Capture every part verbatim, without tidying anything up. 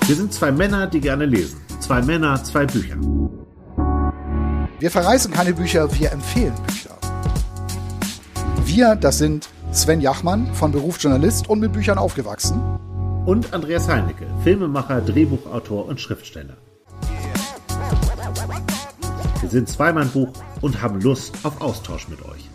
Wir sind zwei Männer, die gerne lesen. Zwei Männer, zwei Bücher. Wir verreißen keine Bücher, wir empfehlen Bücher. Wir, das sind Sven Jachmann, von Beruf Journalist und mit Büchern aufgewachsen. Und Andreas Heinecke, Filmemacher, Drehbuchautor und Schriftsteller. Wir sind Zweimannbuch und haben Lust auf Austausch mit euch.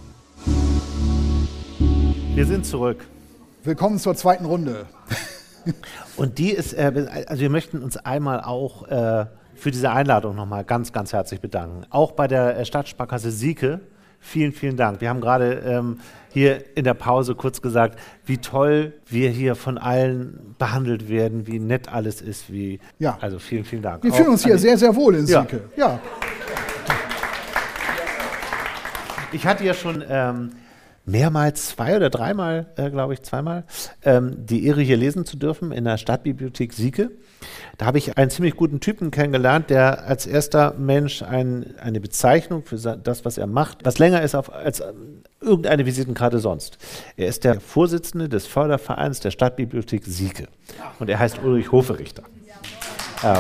Wir sind zurück. Willkommen zur zweiten Runde. Und die ist, äh, also wir möchten uns einmal auch äh, für diese Einladung nochmal ganz, ganz herzlich bedanken. Auch bei der äh, Stadtsparkasse Sieke. Vielen, vielen Dank. Wir haben gerade ähm, hier in der Pause kurz gesagt, wie toll wir hier von allen behandelt werden, wie nett alles ist. Wie, ja. Also vielen, vielen Dank. Wir fühlen uns hier sehr, sehr wohl in Sieke. Ja. ja. Ich hatte ja schon ähm, mehrmals, zwei oder dreimal, äh, glaube ich, zweimal, ähm, die Ehre, hier lesen zu dürfen in der Stadtbibliothek Sieke. Da habe ich einen ziemlich guten Typen kennengelernt, der als erster Mensch ein, eine Bezeichnung für das, was er macht, was länger ist auf, als ähm, irgendeine Visitenkarte sonst. Er ist der Vorsitzende des Fördervereins der Stadtbibliothek Sieke. Und er heißt Ulrich Hoferichter. Ähm,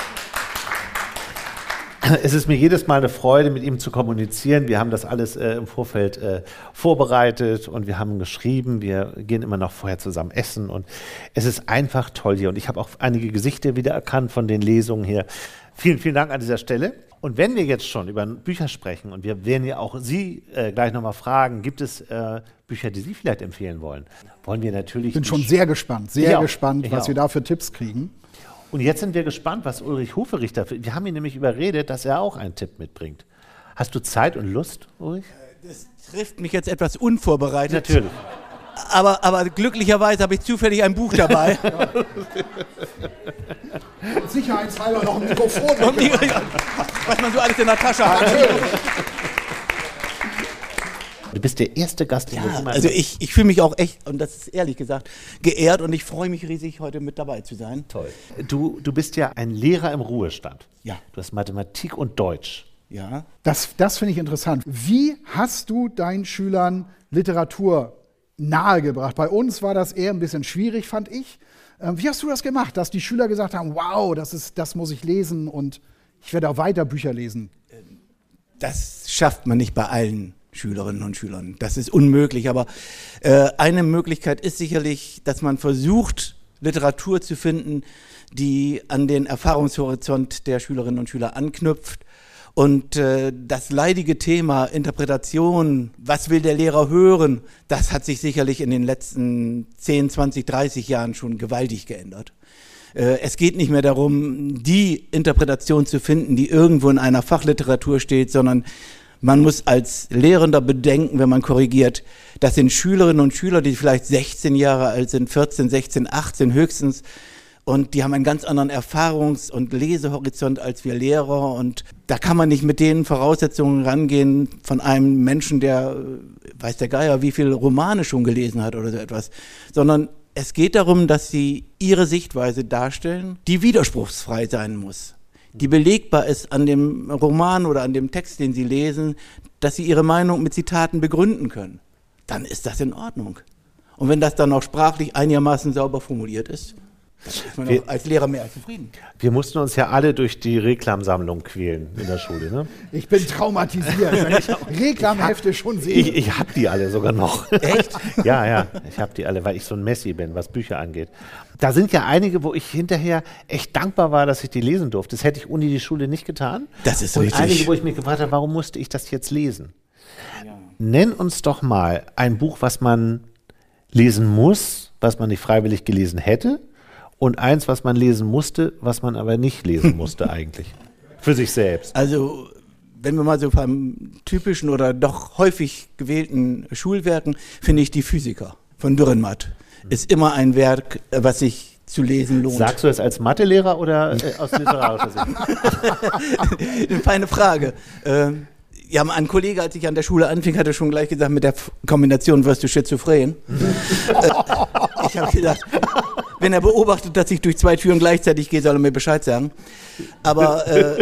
Es ist mir jedes Mal eine Freude, mit ihm zu kommunizieren. Wir haben das alles äh, im Vorfeld äh, vorbereitet und wir haben geschrieben. Wir gehen immer noch vorher zusammen essen und es ist einfach toll hier. Und ich habe auch einige Gesichter wiedererkannt von den Lesungen hier. Vielen, vielen Dank an dieser Stelle. Und wenn wir jetzt schon über Bücher sprechen und wir werden ja auch Sie äh, gleich nochmal fragen, gibt es äh, Bücher, die Sie vielleicht empfehlen wollen? Wollen wir natürlich. Ich bin schon sehr gespannt, sehr ich gespannt, auch. was ich wir da für Tipps kriegen. Und jetzt sind wir gespannt, was Ulrich Hoferichter, wir haben ihn nämlich überredet, dass er auch einen Tipp mitbringt. Hast du Zeit und Lust, Ulrich? Das trifft mich jetzt etwas unvorbereitet. Natürlich. Aber, aber glücklicherweise habe ich zufällig ein Buch dabei. Sicherheitshalber noch ein Mikrofon. Was man so alles in der Tasche hat. Du bist der erste Gast, den Ja, wir immer also ich, ich fühle mich auch echt, und das ist ehrlich gesagt, geehrt und ich freue mich riesig, heute mit dabei zu sein. Toll. Du, du bist ja ein Lehrer im Ruhestand. Ja. Du hast Mathematik und Deutsch. Ja. Das, das finde ich interessant. Wie hast du deinen Schülern Literatur nahegebracht? Bei uns war das eher ein bisschen schwierig, fand ich. Ähm, wie hast du das gemacht, dass die Schüler gesagt haben, wow, das, ist, das muss ich lesen und ich werde auch weiter Bücher lesen? Das schafft man nicht bei allen Schülerinnen und Schülern. Das ist unmöglich, aber äh, eine Möglichkeit ist sicherlich, dass man versucht, Literatur zu finden, die an den Erfahrungshorizont der Schülerinnen und Schüler anknüpft. Und äh, das leidige Thema Interpretation, was will der Lehrer hören, das hat sich sicherlich in den letzten zehn, zwanzig, dreißig Jahren schon gewaltig geändert. Äh, es geht nicht mehr darum, die Interpretation zu finden, die irgendwo in einer Fachliteratur steht, sondern man muss als Lehrender bedenken, wenn man korrigiert, das sind Schülerinnen und Schüler, die vielleicht sechzehn Jahre alt sind, vierzehn, sechzehn, achtzehn höchstens. Und die haben einen ganz anderen Erfahrungs- und Lesehorizont als wir Lehrer. Und da kann man nicht mit den Voraussetzungen rangehen von einem Menschen, der, weiß der Geier, wie viele Romane schon gelesen hat oder so etwas. Sondern es geht darum, dass sie ihre Sichtweise darstellen, die widerspruchsfrei sein muss. Die belegbar ist an dem Roman oder an dem Text, den Sie lesen, dass Sie Ihre Meinung mit Zitaten begründen können. Dann ist das in Ordnung. Und wenn das dann auch sprachlich einigermaßen sauber formuliert ist, dann ist man wir, auch als Lehrer mehr als zufrieden. Wir mussten uns ja alle durch die Reklamsammlung quälen in der Schule, ne? Ich bin traumatisiert, wenn ich Reklamhefte schon sehe. Ich, ich habe die alle sogar noch. Echt? Ja, ja, ich habe die alle, weil ich so ein Messi bin, was Bücher angeht. Da sind ja einige, wo ich hinterher echt dankbar war, dass ich die lesen durfte. Das hätte ich ohne die Schule nicht getan. Das ist Und richtig. einige, wo ich mich gefragt habe, warum musste ich das jetzt lesen? Ja. Nenn uns doch mal ein Buch, was man lesen muss, was man nicht freiwillig gelesen hätte, und eins, was man lesen musste, was man aber nicht lesen musste eigentlich. Für sich selbst. Also, wenn wir mal so beim typischen oder doch häufig gewählten Schulwerken, finde ich die Physiker von Dürrenmatt. Ist immer ein Werk, was sich zu lesen lohnt. Sagst du das als Mathelehrer oder äh, aus literarischer Sicht? Eine feine Frage. Ähm, ja, ein Kollege, als ich an der Schule anfing, hatte schon gleich gesagt, mit der Kombination wirst du schizophren. äh, ich habe gedacht, wenn er beobachtet, dass ich durch zwei Türen gleichzeitig gehe, soll er mir Bescheid sagen. Aber äh,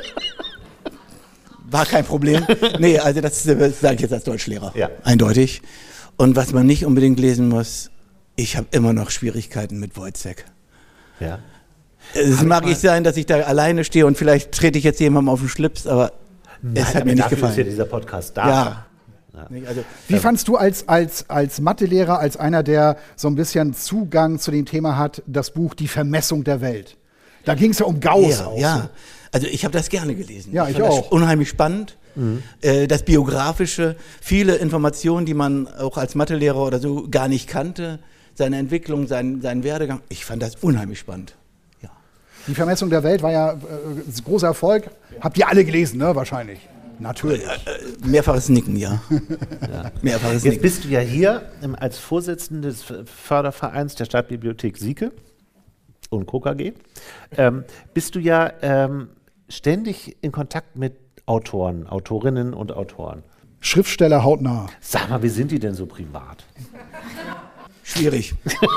war kein Problem. Nee, also das, das sage ich jetzt als Deutschlehrer. Ja. Eindeutig. Und was man nicht unbedingt lesen muss, ich habe immer noch Schwierigkeiten mit Wojciech. Ja. Es mag ich sein, dass ich da alleine stehe und vielleicht trete ich jetzt jemandem auf den Schlips, aber Nein, es hat mir nicht dafür gefallen. ist ja dieser Podcast da. Ja. Ja. Also, Wie fandst du als, als, als Mathelehrer, als einer, der so ein bisschen Zugang zu dem Thema hat, das Buch Die Vermessung der Welt? Da ging es ja um Gauss ja, auch. ja. Also ich habe das gerne gelesen. Ja, ich, ich fand auch. Das unheimlich spannend. Mhm. Äh, das Biografische, viele Informationen, die man auch als Mathelehrer oder so gar nicht kannte, seine Entwicklung, sein, seinen Werdegang. Ich fand das unheimlich spannend. Ja. Die Vermessung der Welt war ja äh, großer Erfolg. Habt ihr alle gelesen, ne? Wahrscheinlich. Natürlich. Äh, mehrfaches Nicken, ja. ja. Mehrfaches Jetzt Nicken. bist du ja hier ähm, als Vorsitzende des Fördervereins der Stadtbibliothek Sieke und Co. K G. Ähm, bist du ja ähm, ständig in Kontakt mit Autoren, Autorinnen und Autoren. Schriftsteller hautnah. Sag mal, wie sind die denn so privat? Schwierig.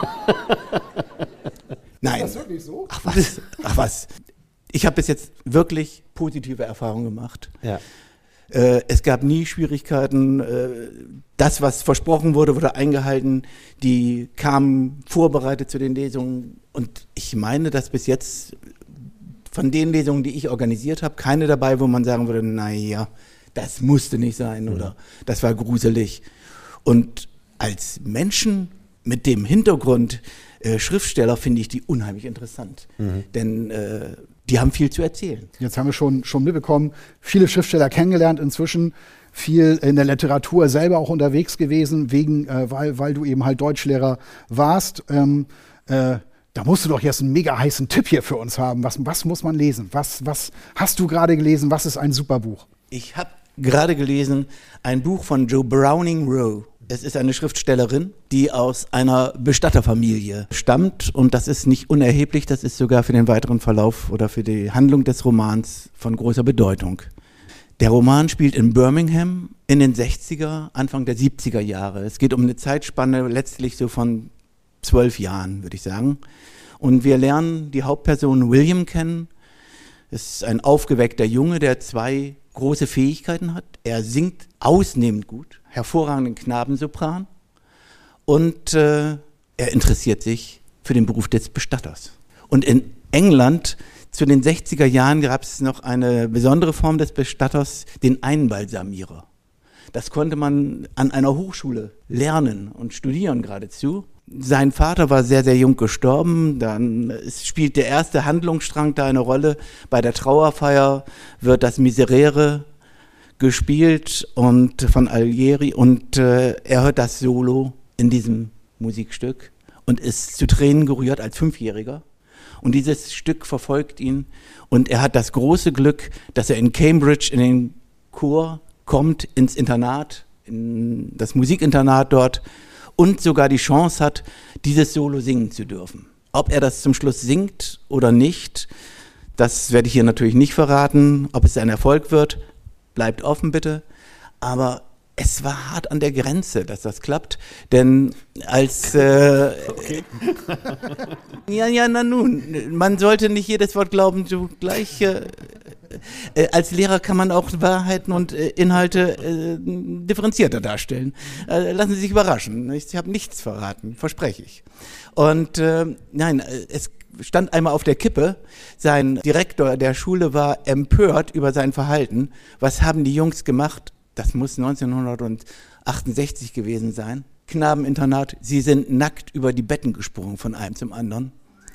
Nein. Ist das wirklich so? Ach was, ach was. Ich habe bis jetzt wirklich positive Erfahrungen gemacht. Ja. Äh, es gab nie Schwierigkeiten. Äh, das, was versprochen wurde, wurde eingehalten. Die kamen vorbereitet zu den Lesungen. Und ich meine, dass bis jetzt von den Lesungen, die ich organisiert habe, keine dabei, wo man sagen würde, naja, das musste nicht sein oder mhm. das war gruselig. Und als Menschen mit dem Hintergrund äh, Schriftsteller finde ich die unheimlich interessant. Mhm. Denn äh, die haben viel zu erzählen. Jetzt haben wir schon, schon mitbekommen, viele Schriftsteller kennengelernt inzwischen, viel in der Literatur selber auch unterwegs gewesen, wegen, äh, weil, weil du eben halt Deutschlehrer warst. Ähm, äh, da musst du doch jetzt einen mega heißen Tipp hier für uns haben. Was, was muss man lesen? Was, was hast du gerade gelesen? Was ist ein super Buch? Ich habe gerade gelesen ein Buch von Jo Browning-Rowe. Es ist eine Schriftstellerin, die aus einer Bestatterfamilie stammt und das ist nicht unerheblich, das ist sogar für den weiteren Verlauf oder für die Handlung des Romans von großer Bedeutung. Der Roman spielt in Birmingham in den sechziger, Anfang der siebziger Jahre. Es geht um eine Zeitspanne letztlich so von zwölf Jahren, würde ich sagen. Und wir lernen die Hauptperson William kennen. Es ist ein aufgeweckter Junge, der zwei große Fähigkeiten hat. Er singt ausnehmend gut, hervorragenden Knabensopran und äh, er interessiert sich für den Beruf des Bestatters. Und in England zu den sechziger Jahren gab es noch eine besondere Form des Bestatters, den Einbalsamierer. Das konnte man an einer Hochschule lernen und studieren geradezu. Sein Vater war sehr, sehr jung gestorben. Dann spielt der erste Handlungsstrang da eine Rolle. Bei der Trauerfeier wird das Miserere gespielt und von Alieri und äh, er hört das Solo in diesem Musikstück und ist zu Tränen gerührt als Fünfjähriger. Und dieses Stück verfolgt ihn und er hat das große Glück, dass er in Cambridge in den Chor kommt, ins Internat, in das Musikinternat dort und sogar die Chance hat, dieses Solo singen zu dürfen. Ob er das zum Schluss singt oder nicht, das werde ich hier natürlich nicht verraten. Ob es ein Erfolg wird, bleibt offen bitte. Aber es war hart an der Grenze, dass das klappt, denn als äh, okay. ja, ja, na nun, man sollte nicht jedes Wort glauben, so gleich äh, äh, als Lehrer kann man auch Wahrheiten und äh, Inhalte äh, differenzierter darstellen. Äh, lassen Sie sich überraschen, ich habe nichts verraten, verspreche ich. Und äh, nein, es stand einmal auf der Kippe, sein Direktor der Schule war empört über sein Verhalten. Was haben die Jungs gemacht? Das muss neunzehnhundertachtundsechzig gewesen sein. Knabeninternat, sie sind nackt über die Betten gesprungen von einem zum anderen.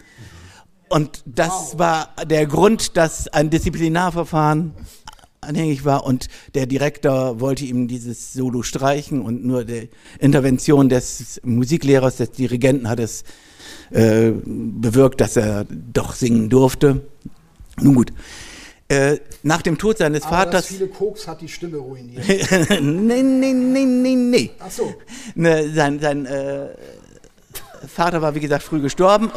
Und das wow. war der Grund, dass ein Disziplinarverfahren anhängig war und der Direktor wollte ihm dieses Solo streichen und nur die Intervention des Musiklehrers, des Dirigenten hat es äh, bewirkt, dass er doch singen durfte. Nun gut. Äh, nach dem Tod seines Aber Vaters. Das viele Koks hat die Stimme ruiniert. nee, nee, nee, nee, nee. Ach so. Ne, sein sein äh, Vater war, wie gesagt, früh gestorben.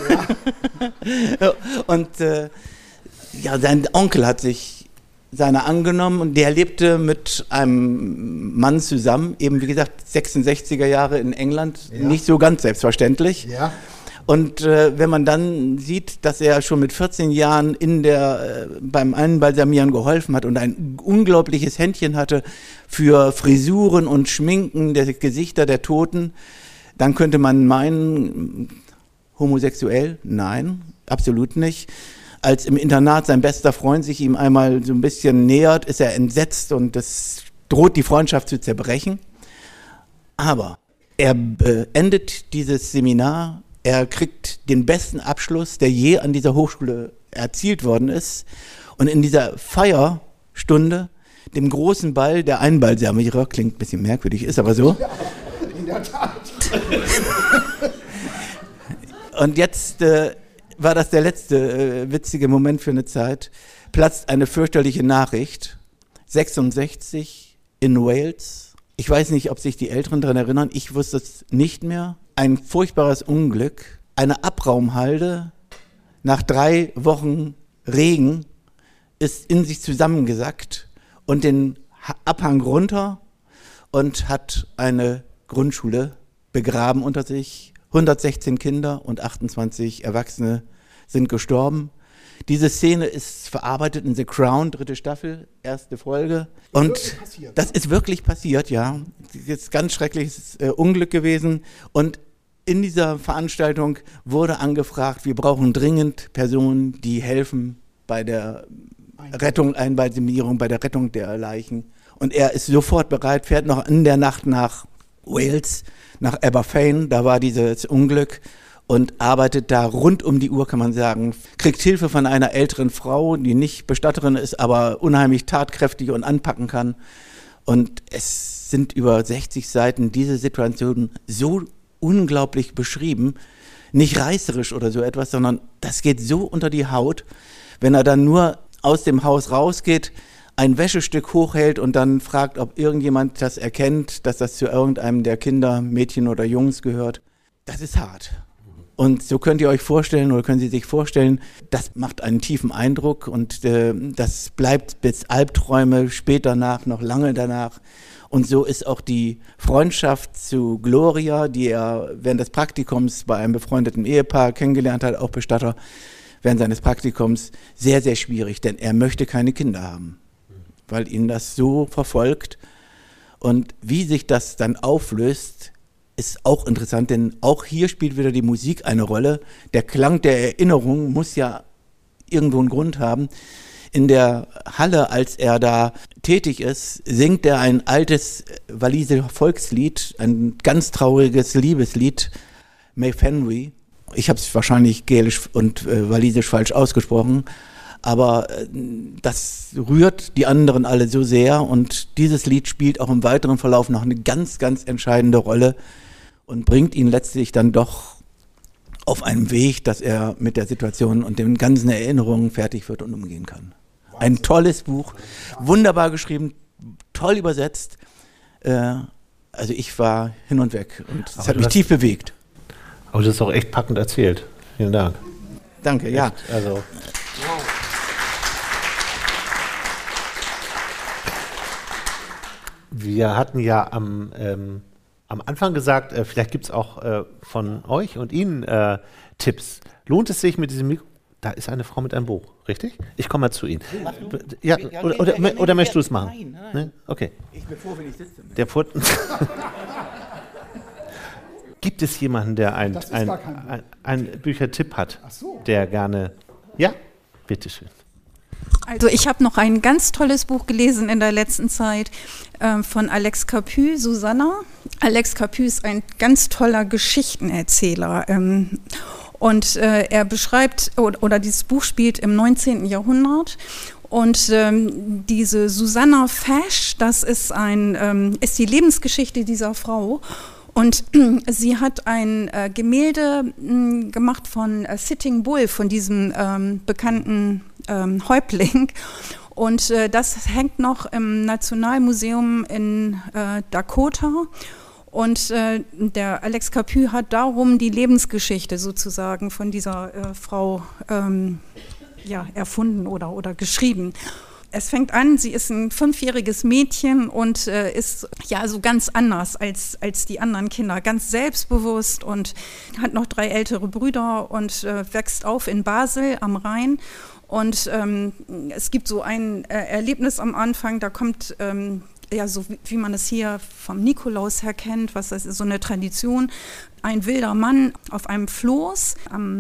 Ja. Und äh, ja, sein Onkel hat sich seiner angenommen und der lebte mit einem Mann zusammen, eben wie gesagt, sechsundsechziger Jahre in England, ja. Nicht so ganz selbstverständlich. Ja. Und äh, wenn man dann sieht, dass er schon mit vierzehn Jahren in der, äh, beim Einbalsamieren geholfen hat und ein unglaubliches Händchen hatte für Frisuren und Schminken der Gesichter der Toten, dann könnte man meinen, homosexuell, nein, absolut nicht. Als im Internat sein bester Freund sich ihm einmal so ein bisschen nähert, ist er entsetzt und das droht die Freundschaft zu zerbrechen. Aber er beendet dieses Seminar, er kriegt den besten Abschluss, der je an dieser Hochschule erzielt worden ist. Und in dieser Feierstunde, dem großen Ball der Einbalsamierer, klingt ein bisschen merkwürdig, ist aber so. Ja, in der Tat. Und jetzt äh, war das der letzte äh, witzige Moment für eine Zeit, platzt eine fürchterliche Nachricht. sechsundsechzig in Wales. Ich weiß nicht, ob sich die Älteren daran erinnern, ich wusste es nicht mehr. Ein furchtbares Unglück, eine Abraumhalde nach drei Wochen Regen ist in sich zusammengesackt und den Abhang runter und hat eine Grundschule begraben unter sich. hundertsechzehn Kinder und achtundzwanzig Erwachsene sind gestorben. Diese Szene ist verarbeitet in The Crown, dritte Staffel, erste Folge. Und das ist wirklich passiert, ja. Das ist ein ganz schreckliches äh, Unglück gewesen. Und in dieser Veranstaltung wurde angefragt, wir brauchen dringend Personen, die helfen bei der Rettung, Einbalsamierung, bei der Rettung der Leichen. Und er ist sofort bereit, fährt noch in der Nacht nach Wales, nach Aberfane, da war dieses Unglück, und arbeitet da rund um die Uhr, kann man sagen. Kriegt Hilfe von einer älteren Frau, die nicht Bestatterin ist, aber unheimlich tatkräftig und anpacken kann. Und es sind über sechzig Seiten diese Situation so unglaublich beschrieben. Nicht reißerisch oder so etwas, sondern das geht so unter die Haut, wenn er dann nur aus dem Haus rausgeht, ein Wäschestück hochhält und dann fragt, ob irgendjemand das erkennt, dass das zu irgendeinem der Kinder, Mädchen oder Jungs gehört. Das ist hart. Und so könnt ihr euch vorstellen oder können Sie sich vorstellen, das macht einen tiefen Eindruck und äh, das bleibt bis Albträume später nach, noch lange danach. Und so ist auch die Freundschaft zu Gloria, die er während des Praktikums bei einem befreundeten Ehepaar kennengelernt hat, auch Bestatter, während seines Praktikums, sehr, sehr schwierig, denn er möchte keine Kinder haben, weil ihn das so verfolgt. Und wie sich das dann auflöst, ist auch interessant, denn auch hier spielt wieder die Musik eine Rolle. Der Klang der Erinnerung muss ja irgendwo einen Grund haben. In der Halle, als er da tätig ist, singt er ein altes walisisches Volkslied, ein ganz trauriges Liebeslied, May Fenwy. Ich habe es wahrscheinlich gälisch und äh, walisisch falsch ausgesprochen, aber äh, das rührt die anderen alle so sehr und dieses Lied spielt auch im weiteren Verlauf noch eine ganz, ganz entscheidende Rolle und bringt ihn letztlich dann doch auf einem Weg, dass er mit der Situation und den ganzen Erinnerungen fertig wird und umgehen kann. Ein tolles Buch, wunderbar geschrieben, toll übersetzt. Äh, also ich war hin und weg und es hat mich tief bewegt. Aber das ist auch echt packend erzählt. Vielen Dank. Danke, ja. Echt, also. Wir hatten ja am, ähm, am Anfang gesagt, äh, vielleicht gibt es auch äh, von euch und Ihnen äh, Tipps. Lohnt es sich mit diesem Mikro? Da ist eine Frau mit einem Buch, richtig? Ich komme mal zu Ihnen. Ja, oder, oder, oder, oder möchtest du es machen? Nein, nein. Ne? Okay. Ich bin froh, wenn ich sitze. Der Put Gibt es jemanden, der ein, ein, ein, ein Büchertipp hat, Ach so. der gerne... Ja, bitteschön. Also ich habe noch ein ganz tolles Buch gelesen in der letzten Zeit äh, von Alex Capu, Susanna. Alex Capu ist ein ganz toller Geschichtenerzähler. Ähm, und äh, er beschreibt, oder, oder dieses Buch spielt im neunzehnten Jahrhundert. Und ähm, diese Susanna Fash, das ist, ein, ähm, ist die Lebensgeschichte dieser Frau. Und sie hat ein äh, Gemälde mh, gemacht von äh, Sitting Bull, von diesem ähm, bekannten ähm, Häuptling. Und äh, das hängt noch im Nationalmuseum in äh, Dakota. Und äh, der Alex Capu hat darum die Lebensgeschichte sozusagen von dieser äh, Frau ähm, ja, erfunden oder, oder geschrieben. Es fängt an, sie ist ein fünfjähriges Mädchen und äh, ist ja so ganz anders als, als die anderen Kinder, ganz selbstbewusst und hat noch drei ältere Brüder und äh, wächst auf in Basel am Rhein. Und ähm, es gibt so ein äh, Erlebnis am Anfang, da kommt, ähm, ja, so wie, wie man es hier vom Nikolaus her kennt, was das ist, so eine Tradition, ein wilder Mann auf einem Floß am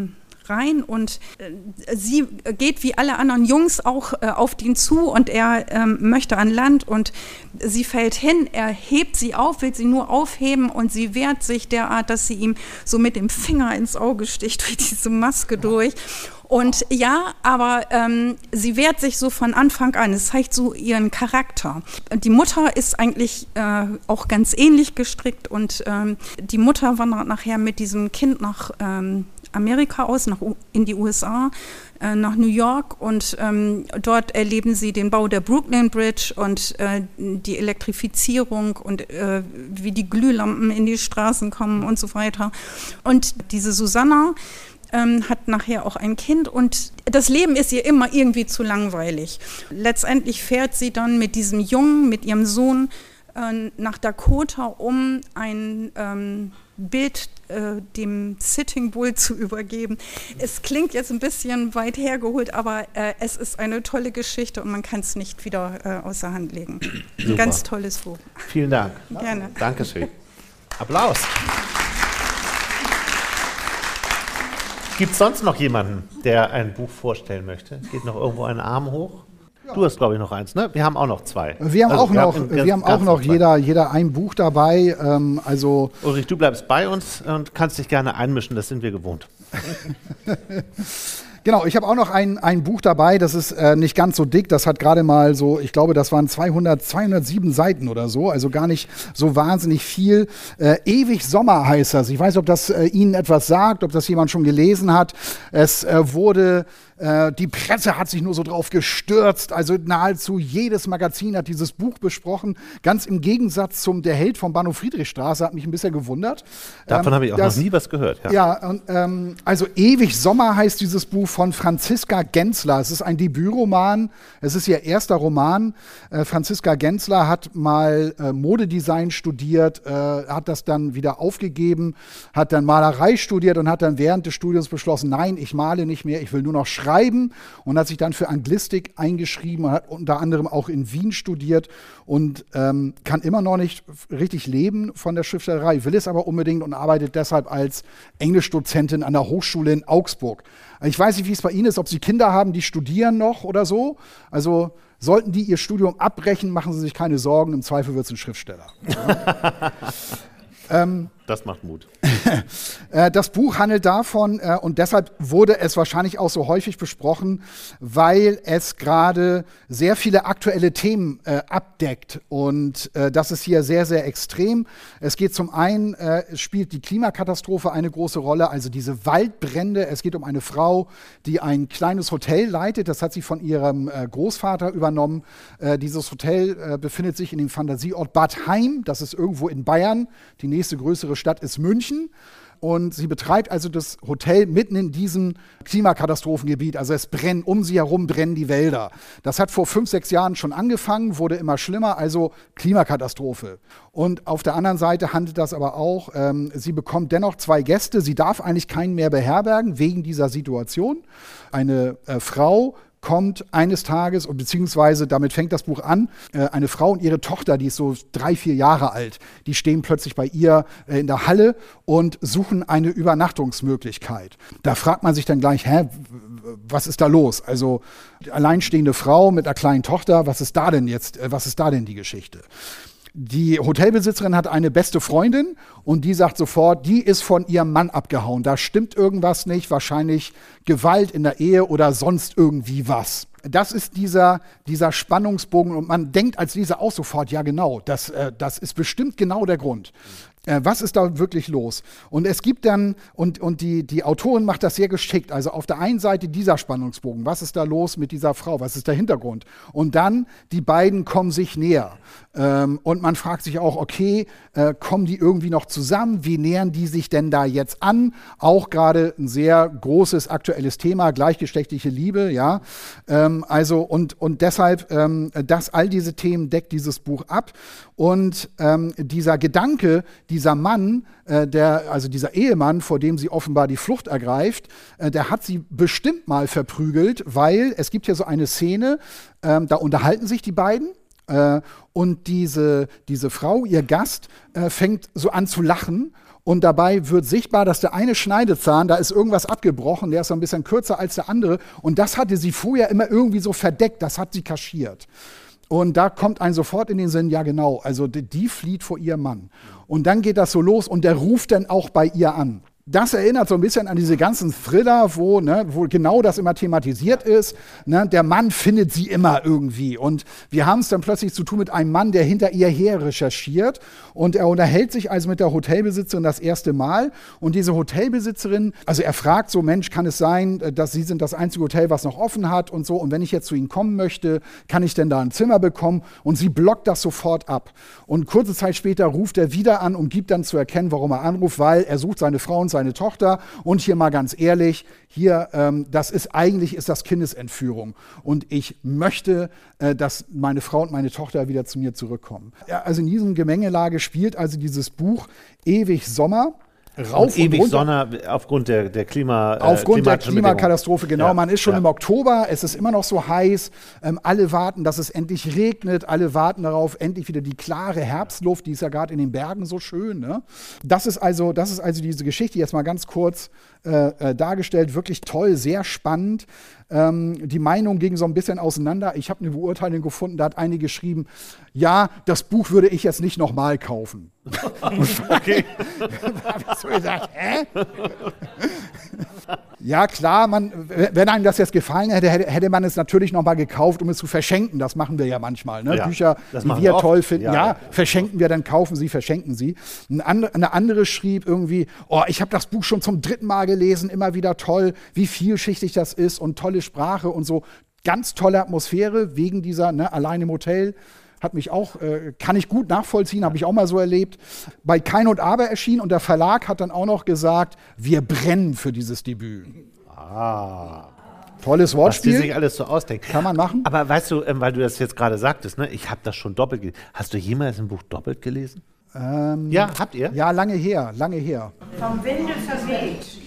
rein und äh, sie geht wie alle anderen Jungs auch äh, auf den zu und er ähm, möchte an Land und sie fällt hin, er hebt sie auf, will sie nur aufheben und sie wehrt sich derart, dass sie ihm so mit dem Finger ins Auge sticht durch diese Maske durch. Und ja, aber ähm, sie wehrt sich so von Anfang an. Es zeigt so ihren Charakter. Die Mutter ist eigentlich äh, auch ganz ähnlich gestrickt und ähm, die Mutter wandert nachher mit diesem Kind nach ähm, Amerika aus, nach, in die U S A, äh, nach New York und ähm, dort erleben sie den Bau der Brooklyn Bridge und äh, die Elektrifizierung und äh, wie die Glühlampen in die Straßen kommen und so weiter. Und diese Susanna Ähm, hat nachher auch ein Kind und das Leben ist ihr immer irgendwie zu langweilig. Letztendlich fährt sie dann mit diesem Jungen, mit ihrem Sohn äh, nach Dakota, um ein ähm, Bild äh, dem Sitting Bull zu übergeben. Es klingt jetzt ein bisschen weit hergeholt, aber äh, es ist eine tolle Geschichte und man kann es nicht wieder äh, außer Hand legen. Super. Ein ganz tolles Buch. Vielen Dank. Gerne. Dankeschön. Applaus. Gibt es sonst noch jemanden, der ein Buch vorstellen möchte? Geht noch irgendwo ein Arm hoch? Ja. Du hast, glaube ich, noch eins, ne? Wir haben auch noch zwei. Wir haben also, auch noch, wir wir haben auch noch jeder, jeder ein Buch dabei. Ähm, also Ulrich, du bleibst bei uns und kannst dich gerne einmischen, das sind wir gewohnt. Genau, ich habe auch noch ein, ein Buch dabei, das ist äh, nicht ganz so dick, das hat gerade mal so, ich glaube, das waren zweihundert, zweihundertsieben Seiten oder so, also gar nicht so wahnsinnig viel. Äh, Ewig Sommer heißt das. Ich weiß nicht, ob das äh, Ihnen etwas sagt, ob das jemand schon gelesen hat. Es äh, wurde Äh, die Presse hat sich nur so drauf gestürzt, also nahezu jedes Magazin hat dieses Buch besprochen, ganz im Gegensatz zum Der Held von Bahnhof Friedrichstraße, hat mich ein bisschen gewundert. Davon ähm, habe ich auch das, noch nie was gehört. Ja, ja und, ähm, also Ewig Sommer heißt dieses Buch von Franziska Genzler. Es ist ein Debütroman, es ist ihr erster Roman. Äh, Franziska Genzler hat mal äh, Modedesign studiert, äh, hat das dann wieder aufgegeben, hat dann Malerei studiert und hat dann während des Studiums beschlossen, nein, ich male nicht mehr, ich will nur noch schreiben. Schreiben und hat sich dann für Anglistik eingeschrieben und hat unter anderem auch in Wien studiert und ähm, kann immer noch nicht richtig leben von der Schriftstellerei, will es aber unbedingt und arbeitet deshalb als Englischdozentin an der Hochschule in Augsburg. Ich weiß nicht, wie es bei Ihnen ist, ob Sie Kinder haben, die studieren noch oder so. Also sollten die ihr Studium abbrechen, machen Sie sich keine Sorgen, im Zweifel wird es ein Schriftsteller. Ja. ähm, Das macht Mut. Das Buch handelt davon, und deshalb wurde es wahrscheinlich auch so häufig besprochen, weil es gerade sehr viele aktuelle Themen äh, abdeckt. Und äh, das ist hier sehr, sehr extrem. Es geht zum einen, äh, spielt die Klimakatastrophe eine große Rolle, also diese Waldbrände. Es geht um eine Frau, die ein kleines Hotel leitet. Das hat sie von ihrem äh, Großvater übernommen. Äh, dieses Hotel äh, befindet sich in dem Fantasieort Bad Haim. Das ist irgendwo in Bayern. Die nächste größere Stadt ist München und sie betreibt also das Hotel mitten in diesem Klimakatastrophengebiet. Also es brennen, um sie herum brennen die Wälder. Das hat vor fünf, sechs Jahren schon angefangen, wurde immer schlimmer, also Klimakatastrophe. Und auf der anderen Seite handelt das aber auch, ähm, sie bekommt dennoch zwei Gäste, sie darf eigentlich keinen mehr beherbergen wegen dieser Situation. Eine äh, Frau kommt eines Tages, beziehungsweise damit fängt das Buch an, äh, eine Frau und ihre Tochter, die ist so drei, vier Jahre alt, die stehen plötzlich bei ihr äh, in der Halle und suchen eine Übernachtungsmöglichkeit. Da fragt man sich dann gleich, hä, was ist da los? Also die alleinstehende Frau mit einer kleinen Tochter, was ist da denn jetzt, äh, was ist da denn die Geschichte? Die Hotelbesitzerin hat eine beste Freundin und die sagt sofort, die ist von ihrem Mann abgehauen. Da stimmt irgendwas nicht, wahrscheinlich Gewalt in der Ehe oder sonst irgendwie was. Das ist dieser, dieser Spannungsbogen und man denkt als Leser auch sofort, ja genau, das, äh, das ist bestimmt genau der Grund. Äh, was ist da wirklich los? Und es gibt dann, und, und die, die Autorin macht das sehr geschickt, also auf der einen Seite dieser Spannungsbogen, was ist da los mit dieser Frau, was ist der Hintergrund? Und dann, die beiden kommen sich näher. Ähm, und man fragt sich auch, okay, äh, kommen die irgendwie noch zusammen? Wie nähern die sich denn da jetzt an? Auch gerade ein sehr großes aktuelles Thema, gleichgeschlechtliche Liebe, ja. Ähm, also und, und deshalb, ähm, das, all diese Themen deckt dieses Buch ab. Und ähm, dieser Gedanke, dieser Mann, äh, der, also dieser Ehemann, vor dem sie offenbar die Flucht ergreift, äh, der hat sie bestimmt mal verprügelt, weil es gibt ja so eine Szene, ähm, da unterhalten sich die beiden. Äh, und diese, diese Frau, ihr Gast, äh, fängt so an zu lachen Und dabei wird sichtbar, dass der eine Schneidezahn, da ist irgendwas abgebrochen, der ist so ein bisschen kürzer als der andere. Und das hatte sie vorher immer irgendwie so verdeckt, das hat sie kaschiert. Und da kommt einem sofort in den Sinn, ja genau, also die, die flieht vor ihrem Mann. Und dann geht das so los und der ruft dann auch bei ihr an. Das erinnert so ein bisschen an diese ganzen Thriller, wo, ne, wo genau das immer thematisiert ist. Ne? Der Mann findet sie immer irgendwie. Und wir haben es dann plötzlich zu tun mit einem Mann, der hinter ihr her recherchiert. Und er unterhält sich also mit der Hotelbesitzerin das erste Mal. Und diese Hotelbesitzerin, also er fragt so, Mensch, kann es sein, dass Sie sind das einzige Hotel, was noch offen hat und so. Und wenn ich jetzt zu Ihnen kommen möchte, kann ich denn da ein Zimmer bekommen? Und sie blockt das sofort ab. Und kurze Zeit später ruft er wieder an und gibt dann zu erkennen, warum er anruft, weil er sucht seine Frau und seine Tochter. Und hier mal ganz ehrlich, hier, ähm, das ist eigentlich ist das Kindesentführung. Und ich möchte, äh, dass meine Frau und meine Tochter wieder zu mir zurückkommen. Ja, also in diesem Gemengelage spielt also dieses Buch Ewig Sommer. Rauf und ewig und Sonne aufgrund der, der Klima, Aufgrund der Klimakatastrophe, genau. Ja, Man ist schon ja. im Oktober, es ist immer noch so heiß. Ähm, alle warten, dass es endlich regnet. Alle warten darauf, endlich wieder die klare Herbstluft. Die ist ja gerade in den Bergen so schön. Ne? Das ist also, das ist also diese Geschichte jetzt mal ganz kurz äh, äh, dargestellt. Wirklich toll, sehr spannend. Ähm, die Meinungen gingen so ein bisschen auseinander. Ich habe eine Beurteilung gefunden, da hat eine geschrieben, ja, das Buch würde ich jetzt nicht nochmal kaufen. Okay. Da habe ich so gesagt, hä? Ja, klar, man, wenn einem das jetzt gefallen hätte, hätte, hätte man es natürlich nochmal gekauft, um es zu verschenken. Das machen wir ja manchmal. Ne? Ja, Bücher, das die machen wir wir toll oft. finden, Ja, ja, ja. verschenken wir, dann kaufen sie, verschenken sie. Ein and, eine andere schrieb irgendwie, oh, ich habe das Buch schon zum dritten Mal gelesen, immer wieder toll, wie vielschichtig das ist und tolle Sprache und so. Ganz tolle Atmosphäre wegen dieser, ne, allein im Hotel. Hat mich auch, äh, kann ich gut nachvollziehen, habe ich auch mal so erlebt. Bei Kein und Aber erschienen und der Verlag hat dann auch noch gesagt, wir brennen für dieses Debüt. Ah. Tolles Was die Wortspiel. sich alles so ausdenken. Kann man machen. Aber weißt du, ähm, weil du das jetzt gerade sagtest, ne, ich habe das schon doppelt gelesen. Hast du jemals ein Buch doppelt gelesen? Ähm, Ja, habt ihr? Ja, lange her, lange her. Vom Winde verweht.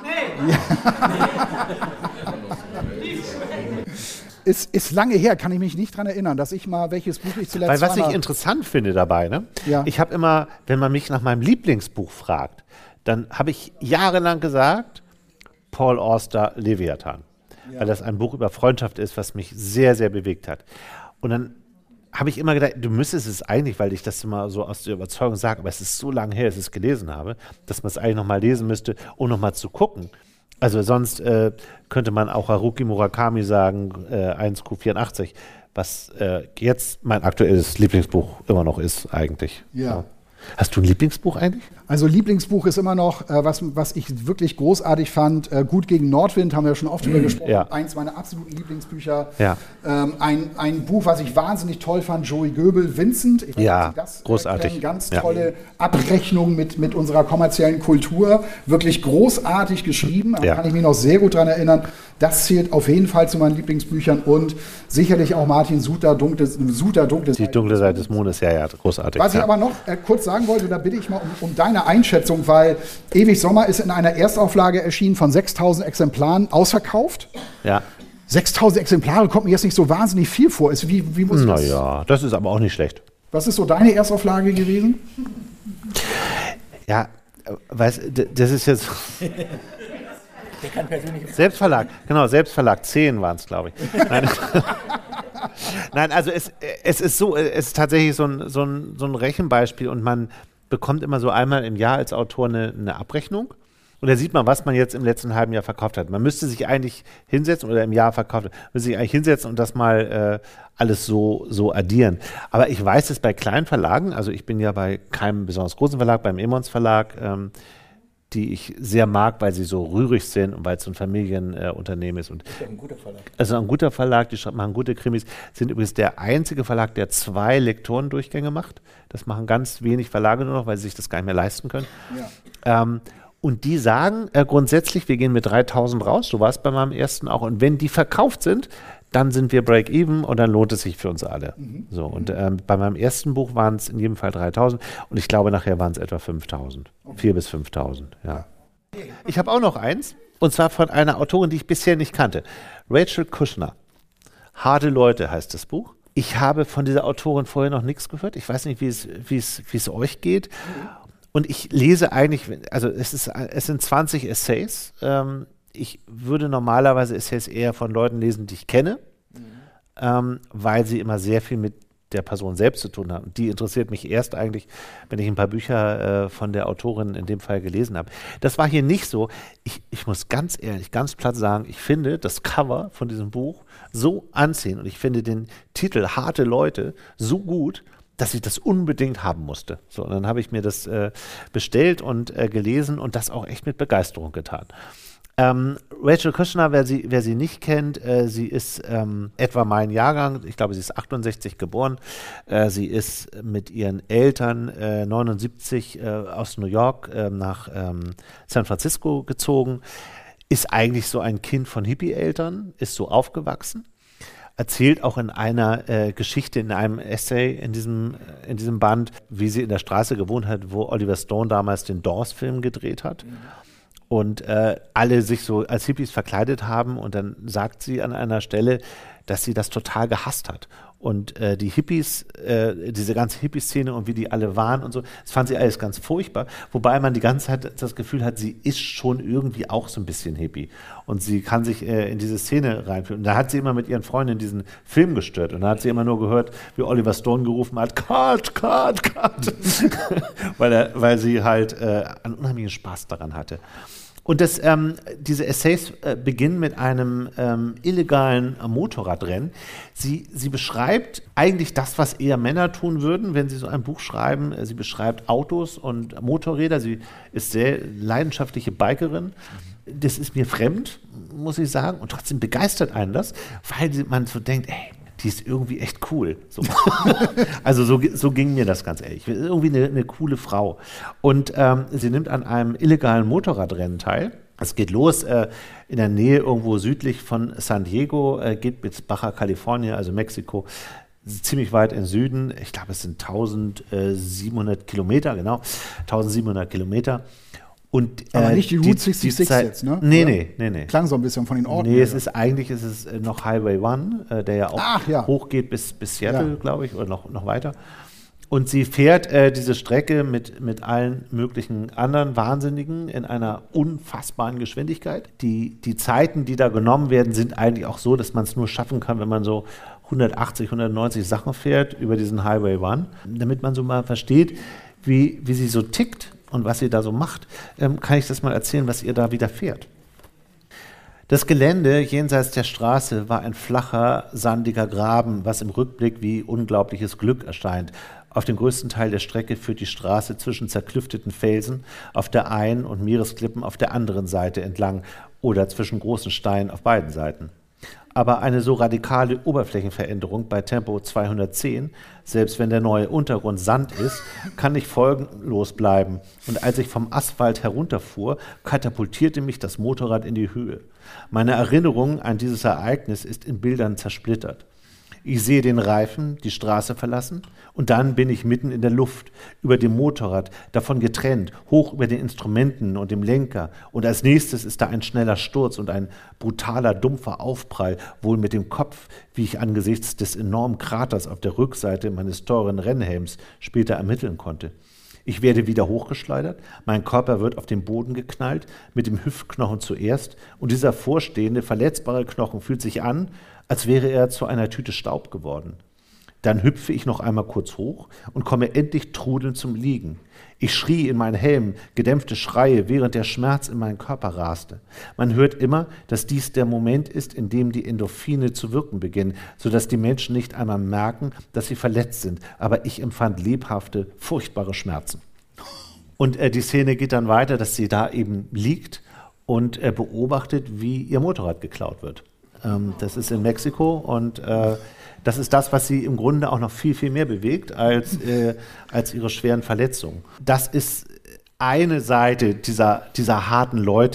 Ist, ist lange her, kann ich mich nicht dran erinnern, dass ich mal, welches Buch ich zuletzt Weil was ich zweimal- interessant finde dabei, ne? Ja. Ich habe immer, wenn man mich nach meinem Lieblingsbuch fragt, dann habe ich jahrelang gesagt, Paul Auster, Leviathan. Ja. Weil das ein Buch über Freundschaft ist, was mich sehr, sehr bewegt hat. Und dann habe ich immer gedacht, du müsstest es eigentlich, weil ich das immer so aus der Überzeugung sage, aber es ist so lange her, dass ich es gelesen habe, dass man es eigentlich nochmal lesen müsste, um nochmal zu gucken. Also sonst äh, könnte man auch Haruki Murakami sagen, äh, eins Q vierundachtzig, was äh, jetzt mein aktuelles Lieblingsbuch immer noch ist eigentlich. Ja. Hast du ein Lieblingsbuch eigentlich? Also Lieblingsbuch ist immer noch, äh, was, was ich wirklich großartig fand, äh, Gut gegen Nordwind, haben wir ja schon oft drüber gesprochen, Ja. eins meiner absoluten Lieblingsbücher. Ja. Ähm, ein, ein Buch, was ich wahnsinnig toll fand, Joey Goebel, Vincent. Ich weiß nicht, Ja, ob Sie das, äh, großartig. kennen. Ganz Ja. tolle Abrechnung mit, mit unserer kommerziellen Kultur. Wirklich großartig geschrieben, da Ja. kann ich mich noch sehr gut dran erinnern. Das zählt auf jeden Fall zu meinen Lieblingsbüchern und sicherlich auch Martin Suter, Dunkle, Suter, Dunkle Die dunkle Seite des Mondes, ja, ja, großartig. Was ich ja. aber noch äh, kurz sagen wollte, da bitte ich mal um, um deine Einschätzung, weil Ewig Sommer ist in einer Erstauflage erschienen von sechstausend Exemplaren ausverkauft. ja. sechstausend Exemplare kommt mir jetzt nicht so wahnsinnig viel vor. Ist, wie, wie muss ich das? Naja, das ist aber auch nicht schlecht. Was ist so deine Erstauflage gewesen? Ja, äh, weißt, d- das ist jetzt. Selbstverlag, genau, Selbstverlag, zehn waren es, glaube ich. Nein, Nein, also es, es ist so, es ist tatsächlich so ein, so, ein, so ein Rechenbeispiel und man bekommt immer so einmal im Jahr als Autor eine, eine Abrechnung und da sieht man, was man jetzt im letzten halben Jahr verkauft hat. Man müsste sich eigentlich hinsetzen oder im Jahr verkauft, müsste sich eigentlich hinsetzen und das mal äh, alles so, so addieren. Aber ich weiß es bei kleinen Verlagen, also ich bin ja bei keinem besonders großen Verlag, beim Emons Verlag, ähm, die ich sehr mag, weil sie so rührig sind und weil es so ein Familienunternehmen äh, ist. Und Ein guter Verlag. also ein guter Verlag, die machen gute Krimis, sind übrigens der einzige Verlag, der zwei Lektorendurchgänge macht. Das machen ganz wenig Verlage nur noch, weil sie sich das gar nicht mehr leisten können. Ja. Ähm, und die sagen äh, grundsätzlich, wir gehen mit dreitausend raus, so war es bei meinem ersten auch. Und wenn die verkauft sind, dann sind wir Break-Even und dann lohnt es sich für uns alle. Mhm. So, und ähm, bei meinem ersten Buch waren es in jedem Fall dreitausend und ich glaube, nachher waren es etwa fünftausend. vier bis fünftausend, ja. Ich habe auch noch eins, und zwar von einer Autorin, die ich bisher nicht kannte. Rachel Kushner. Harte Leute heißt das Buch. Ich habe von dieser Autorin vorher noch nichts gehört. Ich weiß nicht, wie es, wie es, wie es euch geht. Und ich lese eigentlich, also es, ist, es sind zwanzig Essays. Ähm, ich würde normalerweise Essays eher von Leuten lesen, die ich kenne, mhm. ähm, weil sie immer sehr viel mit der Person selbst zu tun haben. Die interessiert mich erst eigentlich, wenn ich ein paar Bücher äh, von der Autorin in dem Fall gelesen habe. Das war hier nicht so. Ich, ich muss ganz ehrlich, ganz platt sagen, ich finde das Cover von diesem Buch so anziehend und ich finde den Titel Harte Leute so gut, dass ich das unbedingt haben musste. So, und dann habe ich mir das äh, bestellt und äh, gelesen und das auch echt mit Begeisterung getan. Ähm, Rachel Kushner, wer sie, wer sie nicht kennt, äh, sie ist ähm, etwa mein Jahrgang, ich glaube, sie ist achtundsechzig geboren. Äh, sie ist mit ihren Eltern äh, neunundsiebzig äh, aus New York äh, nach ähm, San Francisco gezogen, ist eigentlich so ein Kind von Hippie-Eltern, ist so aufgewachsen. Erzählt auch in einer äh, Geschichte, in einem Essay in diesem, äh, in diesem Band, wie sie in der Straße gewohnt hat, wo Oliver Stone damals den Doors-Film gedreht hat. Mhm. Und äh, alle sich so als Hippies verkleidet haben. Und dann sagt sie an einer Stelle, dass sie das total gehasst hat. Und äh, die Hippies, äh, diese ganze Hippie-Szene und wie die alle waren und so, das fand sie alles ganz furchtbar. Wobei man die ganze Zeit das Gefühl hat, sie ist schon irgendwie auch so ein bisschen Hippie. Und sie kann sich äh, in diese Szene reinfühlen. Und da hat sie immer mit ihren Freunden diesen Film gestört. Und da hat sie immer nur gehört, wie Oliver Stone gerufen hat, Cut, Cut, Cut. weil, er, weil sie halt äh, einen unheimlichen Spaß daran hatte. Und das, ähm, diese Essays äh, beginnen mit einem ähm, illegalen äh, Motorradrennen. Sie, sie beschreibt eigentlich das, was eher Männer tun würden, wenn sie so ein Buch schreiben. Sie beschreibt Autos und Motorräder. Sie ist sehr leidenschaftliche Bikerin. Das ist mir fremd, muss ich sagen. Und trotzdem begeistert einen das, weil man so denkt, ey, die ist irgendwie echt cool. So. Also so, so ging mir das ganz ehrlich. Irgendwie eine, eine coole Frau. Und ähm, sie nimmt an einem illegalen Motorradrennen teil. Es geht los äh, in der Nähe irgendwo südlich von San Diego, äh, geht bis Baja California, also Mexiko, ziemlich weit im Süden. Ich glaube, es sind tausendsiebenhundert Kilometer, genau, tausendsiebenhundert Kilometer. Und, aber äh, nicht die Route sechsundsechzig jetzt, ne? Nee, nee, nee, nee. Klang so ein bisschen von den Orten. Nee, es ist eigentlich ist es noch Highway One, äh, der ja auch Ach, ja. hochgeht bis, bis Seattle, Ja. glaube ich, oder noch, noch weiter. Und sie fährt äh, diese Strecke mit, mit allen möglichen anderen Wahnsinnigen in einer unfassbaren Geschwindigkeit. Die, die Zeiten, die da genommen werden, sind eigentlich auch so, dass man es nur schaffen kann, wenn man so hundertachtzig, hundertneunzig Sachen fährt über diesen Highway One. Damit man so mal versteht, wie, wie sie so tickt und was sie da so macht, ähm, kann ich das mal erzählen, was ihr da widerfährt. Das Gelände jenseits der Straße war ein flacher, sandiger Graben, was im Rückblick wie unglaubliches Glück erscheint. Auf dem größten Teil der Strecke führt die Straße zwischen zerklüfteten Felsen auf der einen und Meeresklippen auf der anderen Seite entlang oder zwischen großen Steinen auf beiden Seiten. Aber eine so radikale Oberflächenveränderung bei Tempo zweihundertzehn, selbst wenn der neue Untergrund Sand ist, kann nicht folgenlos bleiben. Und als ich vom Asphalt herunterfuhr, katapultierte mich das Motorrad in die Höhe. Meine Erinnerung an dieses Ereignis ist in Bildern zersplittert. Ich sehe den Reifen die Straße verlassen und dann bin ich mitten in der Luft, über dem Motorrad, davon getrennt, hoch über den Instrumenten und dem Lenker. Und als nächstes ist da ein schneller Sturz und ein brutaler, dumpfer Aufprall, wohl mit dem Kopf, wie ich angesichts des enormen Kraters auf der Rückseite meines teuren Rennhelms später ermitteln konnte. Ich werde wieder hochgeschleudert, mein Körper wird auf den Boden geknallt, mit dem Hüftknochen zuerst, und dieser vorstehende, verletzbare Knochen fühlt sich an, als wäre er zu einer Tüte Staub geworden. Dann hüpfe ich noch einmal kurz hoch und komme endlich trudelnd zum Liegen. Ich schrie in meinen Helm, gedämpfte Schreie, während der Schmerz in meinen Körper raste. Man hört immer, dass dies der Moment ist, in dem die Endorphine zu wirken beginnen, sodass die Menschen nicht einmal merken, dass sie verletzt sind. Aber ich empfand lebhafte, furchtbare Schmerzen. Und äh, die Szene geht dann weiter, dass sie da eben liegt und äh, beobachtet, wie ihr Motorrad geklaut wird. Ähm, das ist in Mexiko und äh, das ist das, was sie im Grunde auch noch viel, viel mehr bewegt als, äh, als ihre schweren Verletzungen. Das ist eine Seite dieser, dieser harten Leute.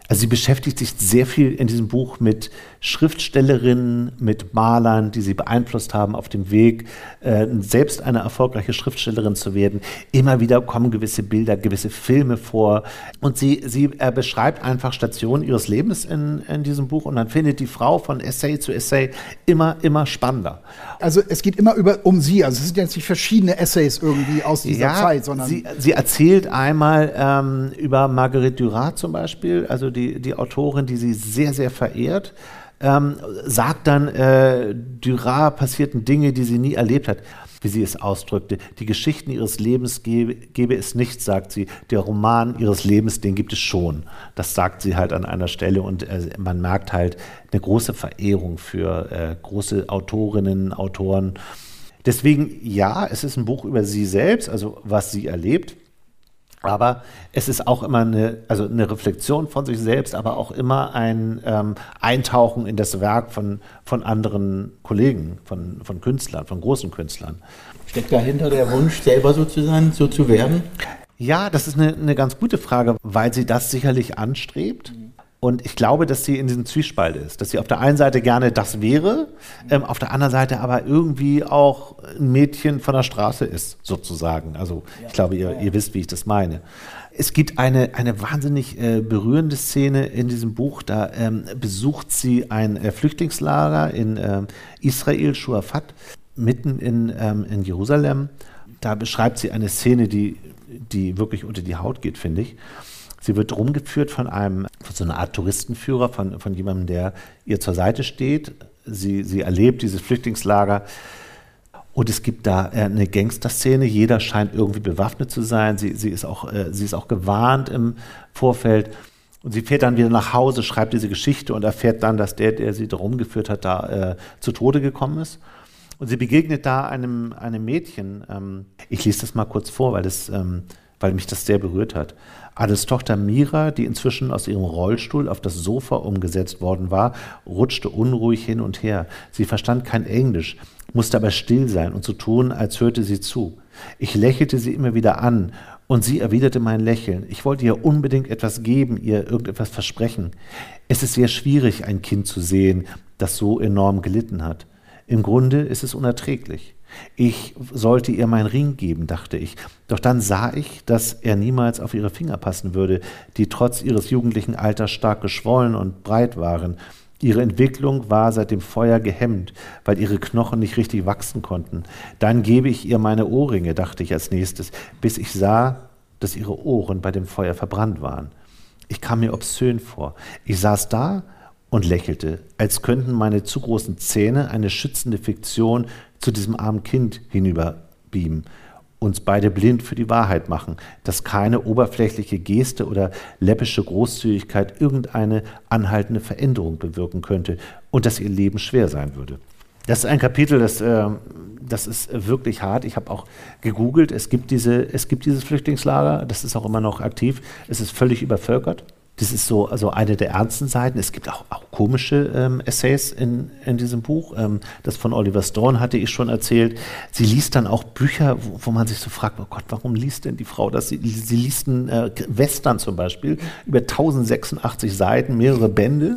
Also sie beschäftigt sich sehr viel in diesem Buch mit Schriftstellerinnen, mit Malern, die sie beeinflusst haben auf dem Weg, äh, selbst eine erfolgreiche Schriftstellerin zu werden. Immer wieder kommen gewisse Bilder, gewisse Filme vor und sie, sie äh, beschreibt einfach Stationen ihres Lebens in, in diesem Buch und man findet die Frau von Essay zu Essay immer, immer spannender. Also es geht immer über, um sie, also es sind jetzt nicht verschiedene Essays irgendwie aus dieser ja, Zeit, sondern... Sie, sie erzählt einmal ähm, über Marguerite Duras zum Beispiel, also die, die Autorin, die sie sehr, sehr verehrt, ähm, sagt dann, äh, Duras passierten Dinge, die sie nie erlebt hat, wie sie es ausdrückte. Die Geschichten ihres Lebens gebe, gebe es nicht, sagt sie. Der Roman ihres Lebens, den gibt es schon. Das sagt sie halt an einer Stelle und äh, man merkt halt eine große Verehrung für äh, große Autorinnen, Autoren. Deswegen, ja, es ist ein Buch über sie selbst, also was sie erlebt. Aber es ist auch immer eine, also eine Reflexion von sich selbst, aber auch immer ein ähm, Eintauchen in das Werk von, von anderen Kollegen, von, von Künstlern, von großen Künstlern. Steckt dahinter der Wunsch, selber so zu sein, so zu werden? Ja, das ist eine, eine ganz gute Frage, weil sie das sicherlich anstrebt. Und ich glaube, dass sie in diesem Zwiespalt ist, dass sie auf der einen Seite gerne das wäre, ähm, auf der anderen Seite aber irgendwie auch ein Mädchen von der Straße ist, sozusagen. Also ich glaube, ihr, ihr wisst, wie ich das meine. Es gibt eine, eine wahnsinnig äh, berührende Szene in diesem Buch, da ähm, besucht sie ein äh, Flüchtlingslager in äh, Israel, Shuafat, mitten in, ähm, in Jerusalem. Da beschreibt sie eine Szene, die, die wirklich unter die Haut geht, finde ich. Sie wird rumgeführt von einem, von so einer Art Touristenführer, von, von jemandem, der ihr zur Seite steht. Sie, sie erlebt dieses Flüchtlingslager und es gibt da eine Gangsterszene. Jeder scheint irgendwie bewaffnet zu sein. Sie, sie, ist auch, sie ist auch gewarnt im Vorfeld. Und sie fährt dann wieder nach Hause, schreibt diese Geschichte und erfährt dann, dass der, der sie da rumgeführt hat, da äh, zu Tode gekommen ist. Und sie begegnet da einem, einem Mädchen. Ähm, ich lese das mal kurz vor, weil, das, ähm, weil mich das sehr berührt hat. Adels Tochter Mira, die inzwischen aus ihrem Rollstuhl auf das Sofa umgesetzt worden war, rutschte unruhig hin und her. Sie verstand kein Englisch, musste aber still sein und so tun, als hörte sie zu. Ich lächelte sie immer wieder an und sie erwiderte mein Lächeln. Ich wollte ihr unbedingt etwas geben, ihr irgendetwas versprechen. Es ist sehr schwierig, ein Kind zu sehen, das so enorm gelitten hat. Im Grunde ist es unerträglich. Ich sollte ihr meinen Ring geben, dachte ich. Doch dann sah ich, dass er niemals auf ihre Finger passen würde, die trotz ihres jugendlichen Alters stark geschwollen und breit waren. Ihre Entwicklung war seit dem Feuer gehemmt, weil ihre Knochen nicht richtig wachsen konnten. Dann gebe ich ihr meine Ohrringe, dachte ich als nächstes, bis ich sah, dass ihre Ohren bei dem Feuer verbrannt waren. Ich kam mir obszön vor. Ich saß da und lächelte, als könnten meine zu großen Zähne eine schützende Fiktion zu diesem armen Kind hinüberbeamen, uns beide blind für die Wahrheit machen, dass keine oberflächliche Geste oder läppische Großzügigkeit irgendeine anhaltende Veränderung bewirken könnte und dass ihr Leben schwer sein würde. Das ist ein Kapitel, das, äh, das ist wirklich hart. Ich habe auch gegoogelt, es gibt, diese, es gibt dieses Flüchtlingslager, das ist auch immer noch aktiv, es ist völlig übervölkert. Das ist so also eine der ernsten Seiten. Es gibt auch, auch komische ähm, Essays in, in diesem Buch. Ähm, das von Oliver Stone hatte ich schon erzählt. Sie liest dann auch Bücher, wo, wo man sich so fragt, oh Gott, warum liest denn die Frau das? Sie, sie liest einen äh, Western zum Beispiel, über tausendsechsundachtzig Seiten, mehrere Bände.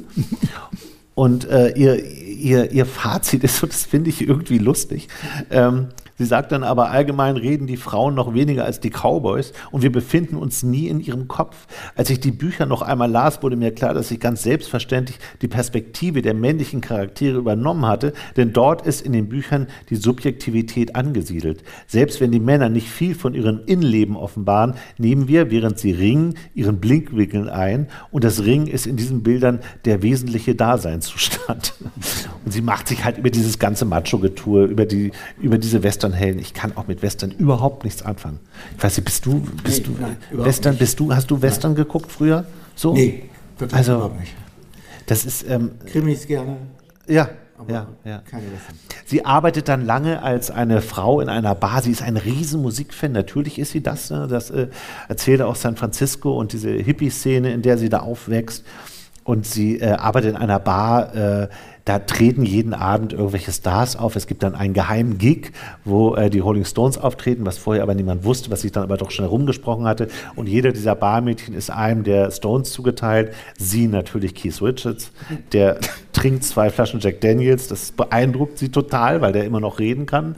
Und äh, ihr, ihr, ihr Fazit ist so, das finde ich irgendwie lustig. Ähm, Sie sagt dann aber, allgemein reden die Frauen noch weniger als die Cowboys und wir befinden uns nie in ihrem Kopf. Als ich die Bücher noch einmal las, wurde mir klar, dass ich ganz selbstverständlich die Perspektive der männlichen Charaktere übernommen hatte, denn dort ist in den Büchern die Subjektivität angesiedelt. Selbst wenn die Männer nicht viel von ihrem Innenleben offenbaren, nehmen wir, während sie ringen, ihren Blinkwinkel ein und das Ringen ist in diesen Bildern der wesentliche Daseinszustand. Und sie macht sich halt über dieses ganze Macho-Getue, über, die, über diese Western Helden. Ich kann auch mit Western überhaupt nichts anfangen. Ich weiß nicht, bist du, bist nee, du nein, Western, bist du, hast du Western nein. geguckt früher? So? Nee, total also, überhaupt nicht. Das ist, ähm, Krimis gerne. Ja, aber ja, ja. keine Western. Sie arbeitet dann lange als eine Frau in einer Bar. Sie ist ein riesen Musikfan. Natürlich ist sie das. Ne? Das äh, erzählt auch San Francisco und diese Hippie-Szene, in der sie da aufwächst. und sie äh, arbeitet in einer Bar, äh, da treten jeden Abend irgendwelche Stars auf. Es gibt dann einen geheimen Gig, wo äh, die Rolling Stones auftreten, was vorher aber niemand wusste, was sich dann aber doch schnell rumgesprochen hatte. Und jeder dieser Barmädchen ist einem der Stones zugeteilt. Sie natürlich Keith Richards, der trinkt zwei Flaschen Jack Daniels. Das beeindruckt sie total, weil der immer noch reden kann.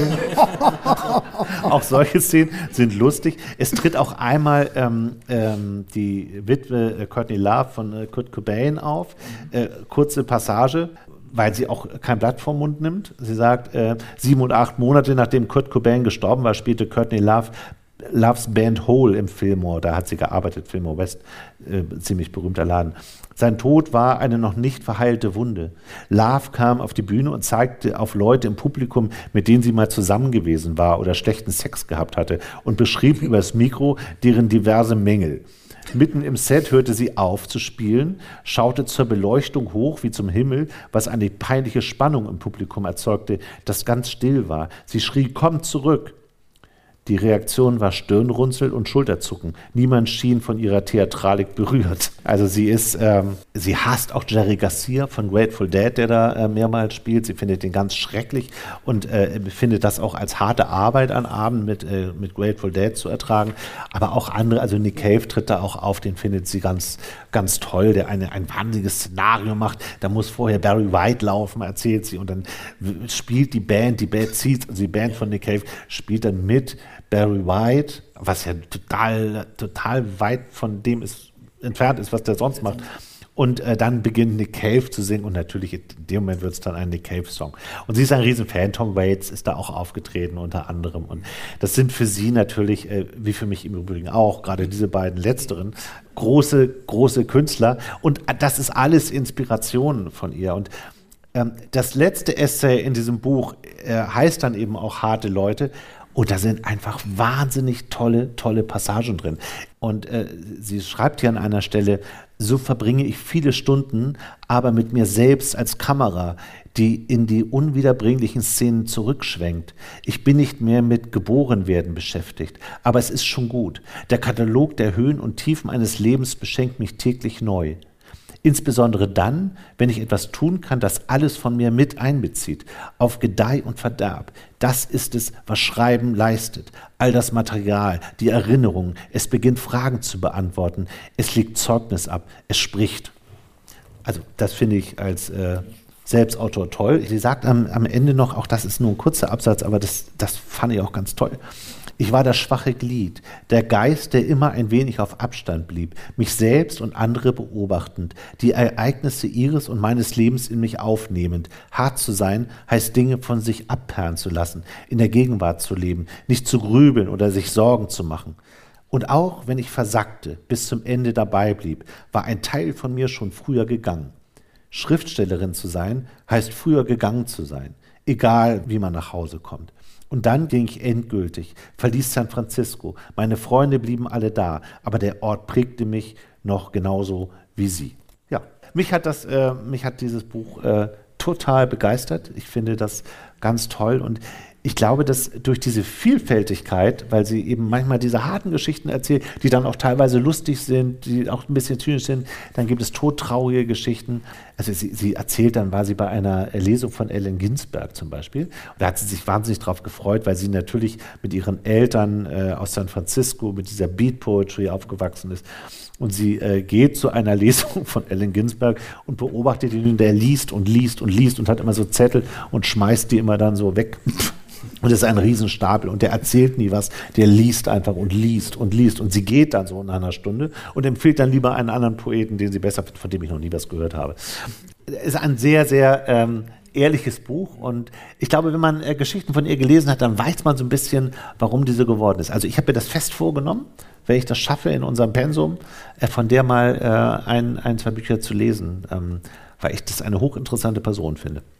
Auch solche Szenen sind lustig. Es tritt auch einmal ähm, ähm, die Witwe äh, Courtney Love von äh, Kurt Cobain auf. Äh, kurze Passage, weil sie auch kein Blatt vom Mund nimmt. Sie sagt, äh, sieben und acht Monate nachdem Kurt Cobain gestorben war, spielte Courtney Love Loves Band Hole im Fillmore. Da hat sie gearbeitet, Fillmore West, äh, ziemlich berühmter Laden. Sein Tod war eine noch nicht verheilte Wunde. Love kam auf die Bühne und zeigte auf Leute im Publikum, mit denen sie mal zusammen gewesen war oder schlechten Sex gehabt hatte und beschrieb übers Mikro deren diverse Mängel. Mitten im Set hörte sie auf zu spielen, schaute zur Beleuchtung hoch wie zum Himmel, was eine peinliche Spannung im Publikum erzeugte, das ganz still war. Sie schrie, komm zurück. Die Reaktion war Stirnrunzeln und Schulterzucken. Niemand schien von ihrer Theatralik berührt. Also sie ist, ähm, sie hasst auch Jerry Garcia von Grateful Dead, der da äh, mehrmals spielt. Sie findet ihn ganz schrecklich und äh, findet das auch als harte Arbeit an Abend mit, äh, mit Grateful Dead zu ertragen. Aber auch andere, also Nick Cave tritt da auch auf, den findet sie ganz, ganz toll, der eine, ein wahnsinniges Szenario macht. Da muss vorher Barry White laufen, erzählt sie, und dann spielt die Band, die Band zieht, also die Band von Nick Cave spielt dann mit Barry White, was ja total, total weit von dem ist, entfernt ist, was der sonst macht. Und äh, dann beginnt Nick Cave zu singen und natürlich in dem Moment wird es dann ein Nick Cave-Song. Und sie ist ein Riesenfan, Tom Waits ist da auch aufgetreten unter anderem. Und das sind für sie natürlich, äh, wie für mich im Übrigen auch, gerade diese beiden letzteren, große, große Künstler. Und das ist alles Inspiration von ihr. Und ähm, das letzte Essay in diesem Buch äh, heißt dann eben auch Harte Leute. Und da sind einfach wahnsinnig tolle, tolle Passagen drin. Und äh, sie schreibt hier an einer Stelle, so verbringe ich viele Stunden, aber mit mir selbst als Kamera, die in die unwiederbringlichen Szenen zurückschwenkt. Ich bin nicht mehr mit Geborenwerden beschäftigt, aber es ist schon gut. Der Katalog der Höhen und Tiefen eines Lebens beschenkt mich täglich neu. Insbesondere dann, wenn ich etwas tun kann, das alles von mir mit einbezieht, auf Gedeih und Verderb. Das ist es, was Schreiben leistet. All das Material, die Erinnerungen, es beginnt Fragen zu beantworten, es legt Zeugnis ab, es spricht. Also das finde ich als äh, Selbstautor toll. Sie sagt am, am Ende noch, auch das ist nur ein kurzer Absatz, aber das, das fand ich auch ganz toll. Ich war das schwache Glied, der Geist, der immer ein wenig auf Abstand blieb, mich selbst und andere beobachtend, die Ereignisse ihres und meines Lebens in mich aufnehmend. Hart zu sein heißt Dinge von sich abperren zu lassen, in der Gegenwart zu leben, nicht zu grübeln oder sich Sorgen zu machen. Und auch wenn ich versackte, bis zum Ende dabei blieb, war ein Teil von mir schon früher gegangen. Schriftstellerin zu sein heißt früher gegangen zu sein, egal wie man nach Hause kommt. Und dann ging ich endgültig, verließ San Francisco. Meine Freunde blieben alle da, aber der Ort prägte mich noch genauso wie sie. Ja, mich hat das, äh, mich hat dieses Buch äh, total begeistert. Ich finde das ganz toll und ich glaube, dass durch diese Vielfältigkeit, weil sie eben manchmal diese harten Geschichten erzählt, die dann auch teilweise lustig sind, die auch ein bisschen zynisch sind, dann gibt es todtraurige Geschichten. Also sie, sie erzählt, dann war sie bei einer Lesung von Allen Ginsberg zum Beispiel. Und da hat sie sich wahnsinnig drauf gefreut, weil sie natürlich mit ihren Eltern äh, aus San Francisco mit dieser Beat Poetry aufgewachsen ist. Und sie äh, geht zu einer Lesung von Allen Ginsberg und beobachtet ihn, der liest und liest und liest und hat immer so Zettel und schmeißt die immer dann so weg. Und das ist ein Riesenstapel und der erzählt nie was, der liest einfach und liest und liest und sie geht dann so in einer Stunde und empfiehlt dann lieber einen anderen Poeten, den sie besser findet, von dem ich noch nie was gehört habe. Es ist ein sehr, sehr ähm, ehrliches Buch und ich glaube, wenn man äh, Geschichten von ihr gelesen hat, dann weiß man so ein bisschen, warum diese geworden ist. Also ich habe mir das fest vorgenommen, wenn ich das schaffe in unserem Pensum, äh, von der mal äh, ein, ein, zwei Bücher zu lesen, ähm, weil ich das eine hochinteressante Person finde.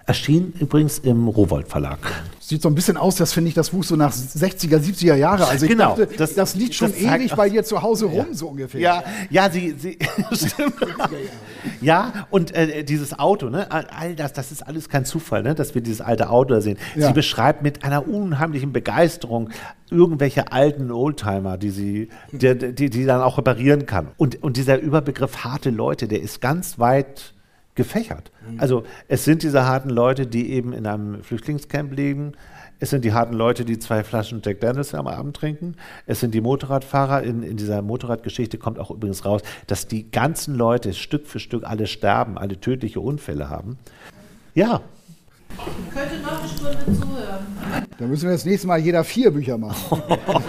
Erschien übrigens im Rowohlt Verlag. Sieht so ein bisschen aus, das finde ich, das Buch so nach sechziger, siebziger Jahre. Also ich Genau, dachte, das- das, liegt schon das zeigt ewig auch- bei dir zu Hause rum, so ungefähr. Ja, ja, sie, sie stimmt. Ja, und äh, dieses Auto, ne, all- all das, das ist alles kein Zufall, ne, dass wir dieses alte Auto da sehen. Ja. Sie beschreibt mit einer unheimlichen Begeisterung irgendwelche alten Oldtimer, die sie, die, die, die dann auch reparieren kann. Und, und dieser Überbegriff harte Leute, der ist ganz weit gefächert. Also es sind diese harten Leute, die eben in einem Flüchtlingscamp leben. Es sind die harten Leute, die zwei Flaschen Jack Daniels am Abend trinken. Es sind die Motorradfahrer. In, in dieser Motorradgeschichte kommt auch übrigens raus, dass die ganzen Leute Stück für Stück alle sterben, alle tödliche Unfälle haben. Ja, Ich könnte noch eine Stunde zuhören. Da müssen wir das nächste Mal jeder vier Bücher machen.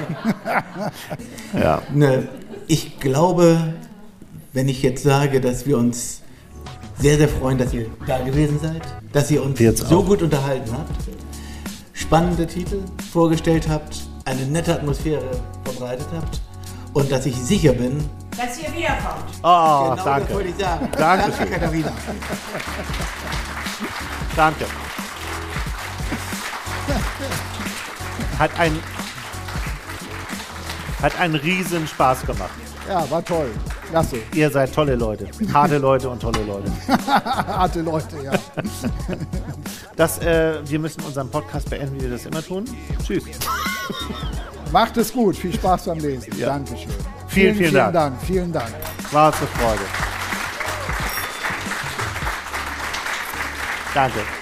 ja. Ne, ich glaube, wenn ich jetzt sage, dass wir uns sehr, sehr freuen, dass ihr da gewesen seid, dass ihr uns Wir jetzt so auch. gut unterhalten habt, spannende Titel vorgestellt habt, eine nette Atmosphäre verbreitet habt und dass ich sicher bin, Dass ihr wiederkommt. Oh, genau das danke. wollte ich sagen. Dankeschön. Danke, Katharina. Danke. Hat ein hat einen riesen Spaß gemacht. Ja, war toll. Klasse. Ihr seid tolle Leute. Harte Leute und tolle Leute. Harte Leute, ja. Das, äh, wir müssen unseren Podcast beenden, wie wir das immer tun. Tschüss. Macht es gut. Viel Spaß beim Lesen. Ja. Dankeschön. Vielen, vielen Dank. Dank. Vielen Dank. War uns eine Freude. Danke.